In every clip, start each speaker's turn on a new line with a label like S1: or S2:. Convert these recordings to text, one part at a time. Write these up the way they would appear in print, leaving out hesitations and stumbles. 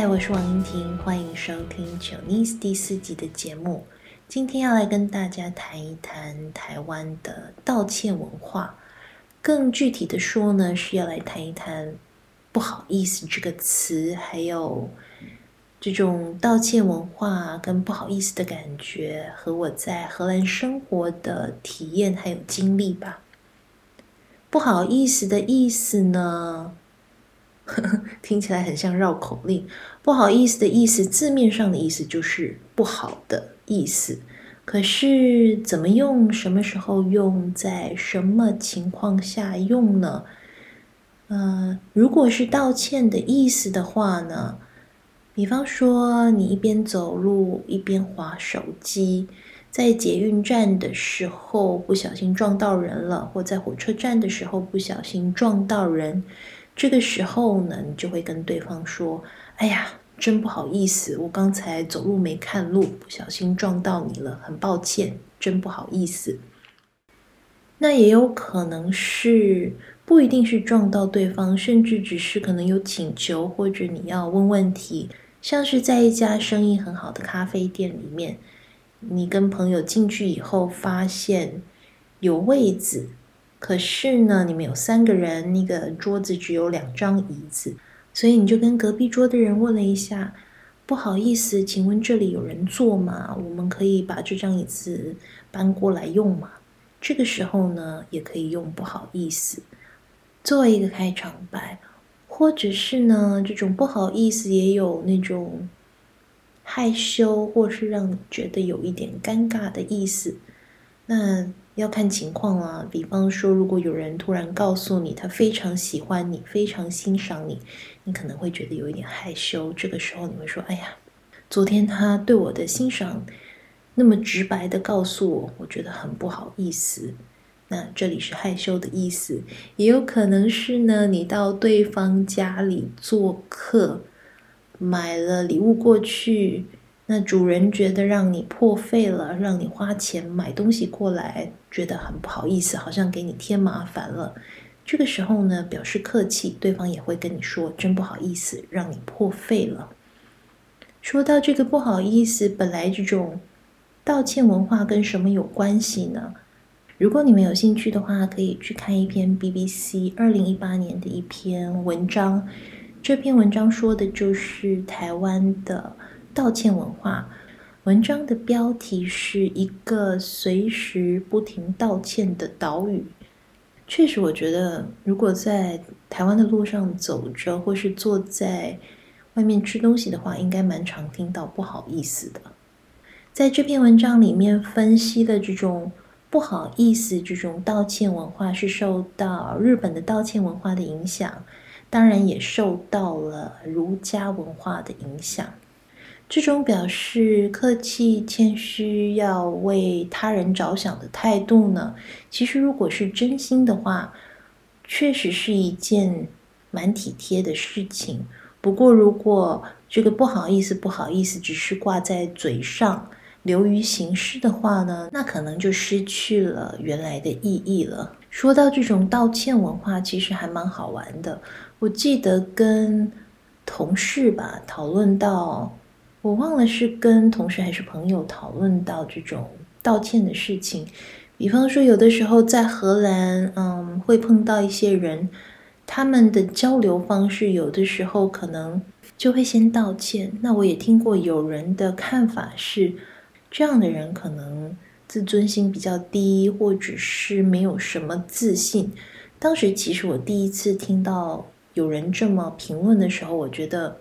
S1: 嗨，我是王英婷，欢迎收听Chinese第4集的节目。今天要来跟大家谈一谈台湾的道歉文化，更具体的说呢，是要来谈一谈不好意思这个词，还有这种道歉文化跟不好意思的感觉，和我在荷兰生活的体验还有经历吧。不好意思的意思呢，听起来很像绕口令。不好意思的意思，字面上的意思就是不好的意思。可是怎么用，什么时候用，在什么情况下用呢？如果是道歉的意思的话呢，比方说你一边走路一边滑手机，在捷运站的时候不小心撞到人了，或在火车站的时候不小心撞到人，这个时候呢，你就会跟对方说，哎呀，真不好意思，我刚才走路没看路，不小心撞到你了，很抱歉，真不好意思。那也有可能是不一定是撞到对方，甚至只是可能有请求，或者你要问问题，像是在一家生意很好的咖啡店里面，你跟朋友进去以后发现有位子，可是呢你们有3个人，那个桌子只有2张椅子，所以你就跟隔壁桌的人问了一下，不好意思，请问这里有人坐吗？我们可以把这张椅子搬过来用吗？这个时候呢，也可以用不好意思作为一个开场白，或者是呢，这种不好意思也有那种害羞，或是让你觉得有一点尴尬的意思。那要看情况啦，比方说，如果有人突然告诉你他非常喜欢你，非常欣赏你，你可能会觉得有一点害羞。这个时候你会说，哎呀，昨天他对我的欣赏那么直白的告诉我，我觉得很不好意思。那这里是害羞的意思，也有可能是呢，你到对方家里做客，买了礼物过去，那主人觉得让你破费了，让你花钱买东西过来，觉得很不好意思，好像给你添麻烦了。这个时候呢，表示客气，对方也会跟你说，真不好意思，让你破费了。说到这个不好意思，本来这种道歉文化跟什么有关系呢？如果你们有兴趣的话，可以去看一篇 BBC 2018年的一篇文章。这篇文章说的就是台湾的道歉文化。文章的标题是一个随时不停道歉的岛屿。确实，我觉得如果在台湾的路上走着，或是坐在外面吃东西的话，应该蛮常听到不好意思的。在这篇文章里面分析了这种不好意思，这种道歉文化是受到日本的道歉文化的影响，当然也受到了儒家文化的影响。这种表示客气谦虚要为他人着想的态度呢，其实如果是真心的话，确实是一件蛮体贴的事情。不过如果这个不好意思只是挂在嘴上，流于形式的话呢，那可能就失去了原来的意义了。说到这种道歉文化，其实还蛮好玩的。我记得跟同事吧讨论到，我忘了是跟同事还是朋友讨论到这种道歉的事情。比方说有的时候在荷兰会碰到一些人，他们的交流方式有的时候可能就会先道歉。那我也听过有人的看法是，这样的人可能自尊心比较低，或者是没有什么自信。当时其实我第一次听到有人这么评论的时候，我觉得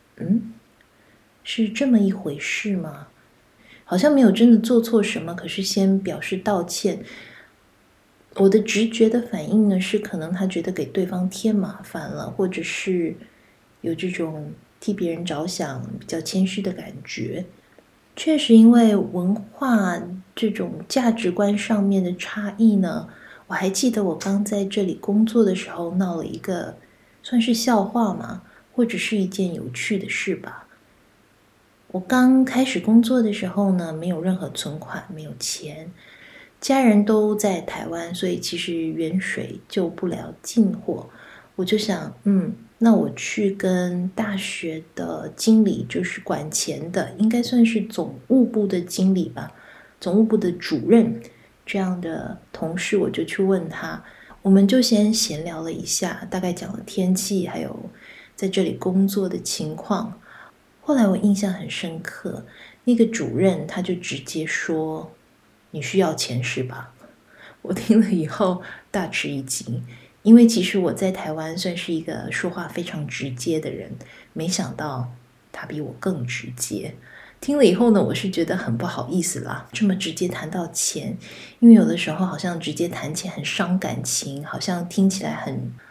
S1: 是这么一回事吗？好像没有真的做错什么，可是先表示道歉。我的直觉的反应呢，是可能他觉得给对方添麻烦了，或者是有这种替别人着想比较谦虚的感觉。确实因为文化这种价值观上面的差异呢，我还记得我刚在这里工作的时候闹了一个算是笑话嘛，或者是一件有趣的事吧。我刚开始工作的时候呢，没有任何存款，没有钱，家人都在台湾，所以其实远水救不了近火。我就想那我去跟大学的经理，就是管钱的，应该算是总务部的经理吧，总务部的主任这样的同事，我就去问他，我们就先闲聊了一下，大概讲了天气，还有在这里工作的情况。后来我印象很深刻，那个主任他就直接说：“你需要钱是吧？”我听了以后大吃一惊，因为其实我在台湾算是一个说话非常直接的人，没想到他比我更直接。听了以后呢，我是觉得很不好意思啦，这么直接谈到钱，因为有的时候好像直接谈钱很伤感情，好像听起来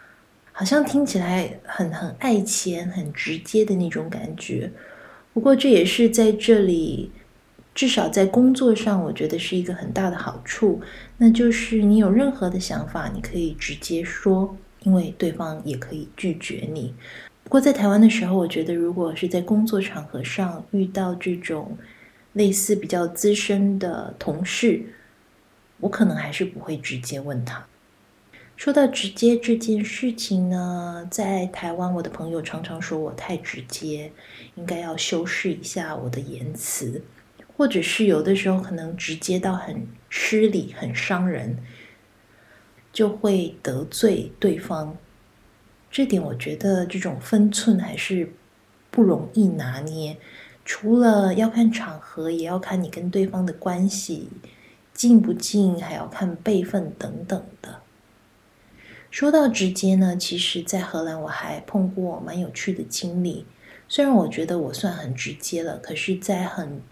S1: 很爱钱，很直接的那种感觉。不过这也是在这里，至少在工作上，我觉得是一个很大的好处，那就是你有任何的想法，你可以直接说，因为对方也可以拒绝你。不过在台湾的时候，我觉得如果是在工作场合上遇到这种类似比较资深的同事，我可能还是不会直接问他。说到直接这件事情呢，在台湾我的朋友常常说我太直接，应该要修饰一下我的言辞，或者是有的时候可能直接到很失礼、很伤人，就会得罪对方。这点我觉得这种分寸还是不容易拿捏，除了要看场合，也要看你跟对方的关系近不近，还要看辈分等等的。说到直接呢，其实在荷兰我还碰过蛮有趣的经历。虽然我觉得我算很直接了，可是在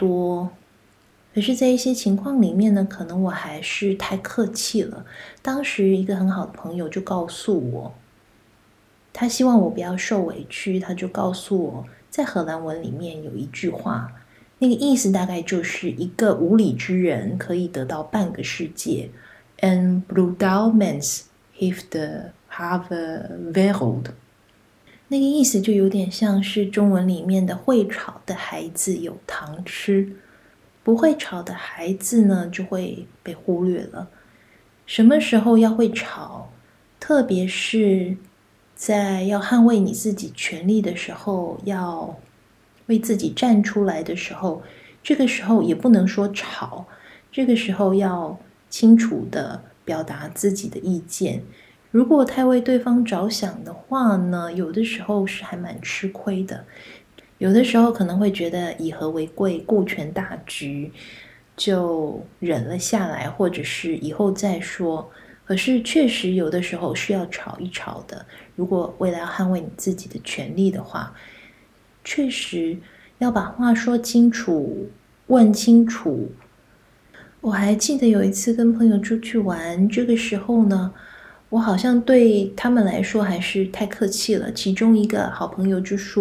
S1: 一些情况里面呢，可能我还是太客气了。当时一个很好的朋友就告诉我，他希望我不要受委屈，他就告诉我，在荷兰文里面有一句话，那个意思大概就是一个无理之人可以得到半个世界。En brutal mens heeft de halve wereld。 那个意思就有点像是中文里面的会吵的孩子有糖吃，不会吵的孩子呢就会被忽略了。什么时候要会吵，特别是在要捍卫你自己权利的时候，要为自己站出来的时候，这个时候也不能说吵，这个时候要清楚的表达自己的意见。如果太为对方着想的话呢，有的时候是还蛮吃亏的。有的时候可能会觉得以和为贵，顾全大局，就忍了下来，或者是以后再说。可是确实有的时候是要吵一吵的，如果为了要捍卫你自己的权利的话，确实要把话说清楚，问清楚。我还记得有一次跟朋友出去玩，这个时候呢，我好像对他们来说还是太客气了。其中一个好朋友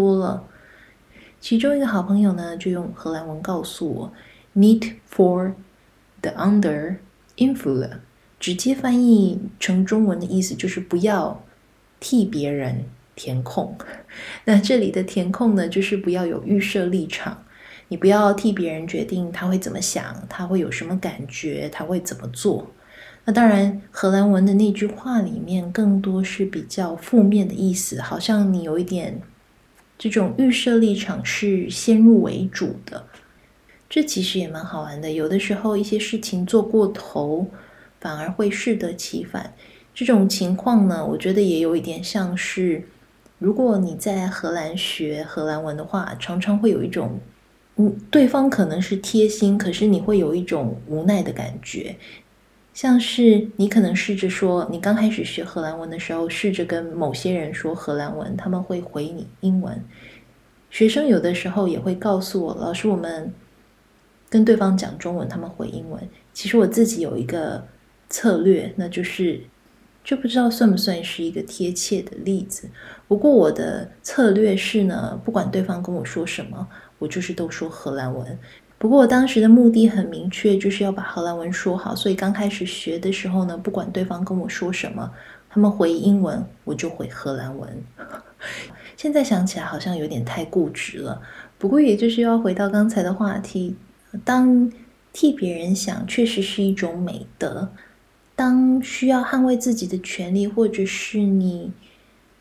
S1: 呢就用荷兰文告诉我 Niet voor de ander invullen， 直接翻译成中文的意思就是不要替别人填空。那这里的填空呢，就是不要有预设立场，你不要替别人决定他会怎么想，他会有什么感觉，他会怎么做。那当然荷兰文的那句话里面更多是比较负面的意思，好像你有一点这种预设立场是先入为主的。这其实也蛮好玩的，有的时候一些事情做过头反而会适得其反。这种情况呢，我觉得也有一点像是，如果你在荷兰学荷兰文的话，常常会有一种对方可能是贴心，可是你会有一种无奈的感觉。像是你可能试着说，你刚开始学荷兰文的时候，试着跟某些人说荷兰文，他们会回你英文。学生有的时候也会告诉我，老师，我们跟对方讲中文，他们回英文。其实我自己有一个策略，那就是这不知道算不算是一个贴切的例子。不过我的策略是呢，不管对方跟我说什么，我就是都说荷兰文。不过我当时的目的很明确，就是要把荷兰文说好，所以刚开始学的时候呢，不管对方跟我说什么，他们回英文，我就回荷兰文。现在想起来好像有点太固执了，不过也就是要回到刚才的话题，当替别人想确实是一种美德，当需要捍卫自己的权利，或者是你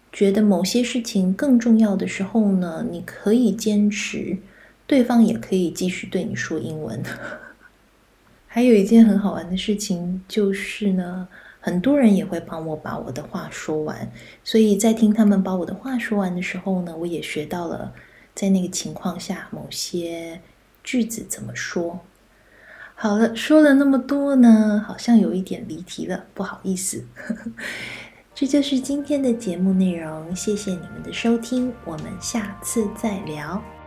S1: 觉得某些事情更重要的时候呢，你可以坚持，对方也可以继续对你说英文。还有一件很好玩的事情就是呢，很多人也会帮我把我的话说完，所以在听他们把我的话说完的时候呢，我也学到了在那个情况下某些句子怎么说。好了，说了那么多呢，好像有一点离题了，不好意思。这就是今天的节目内容，谢谢你们的收听，我们下次再聊。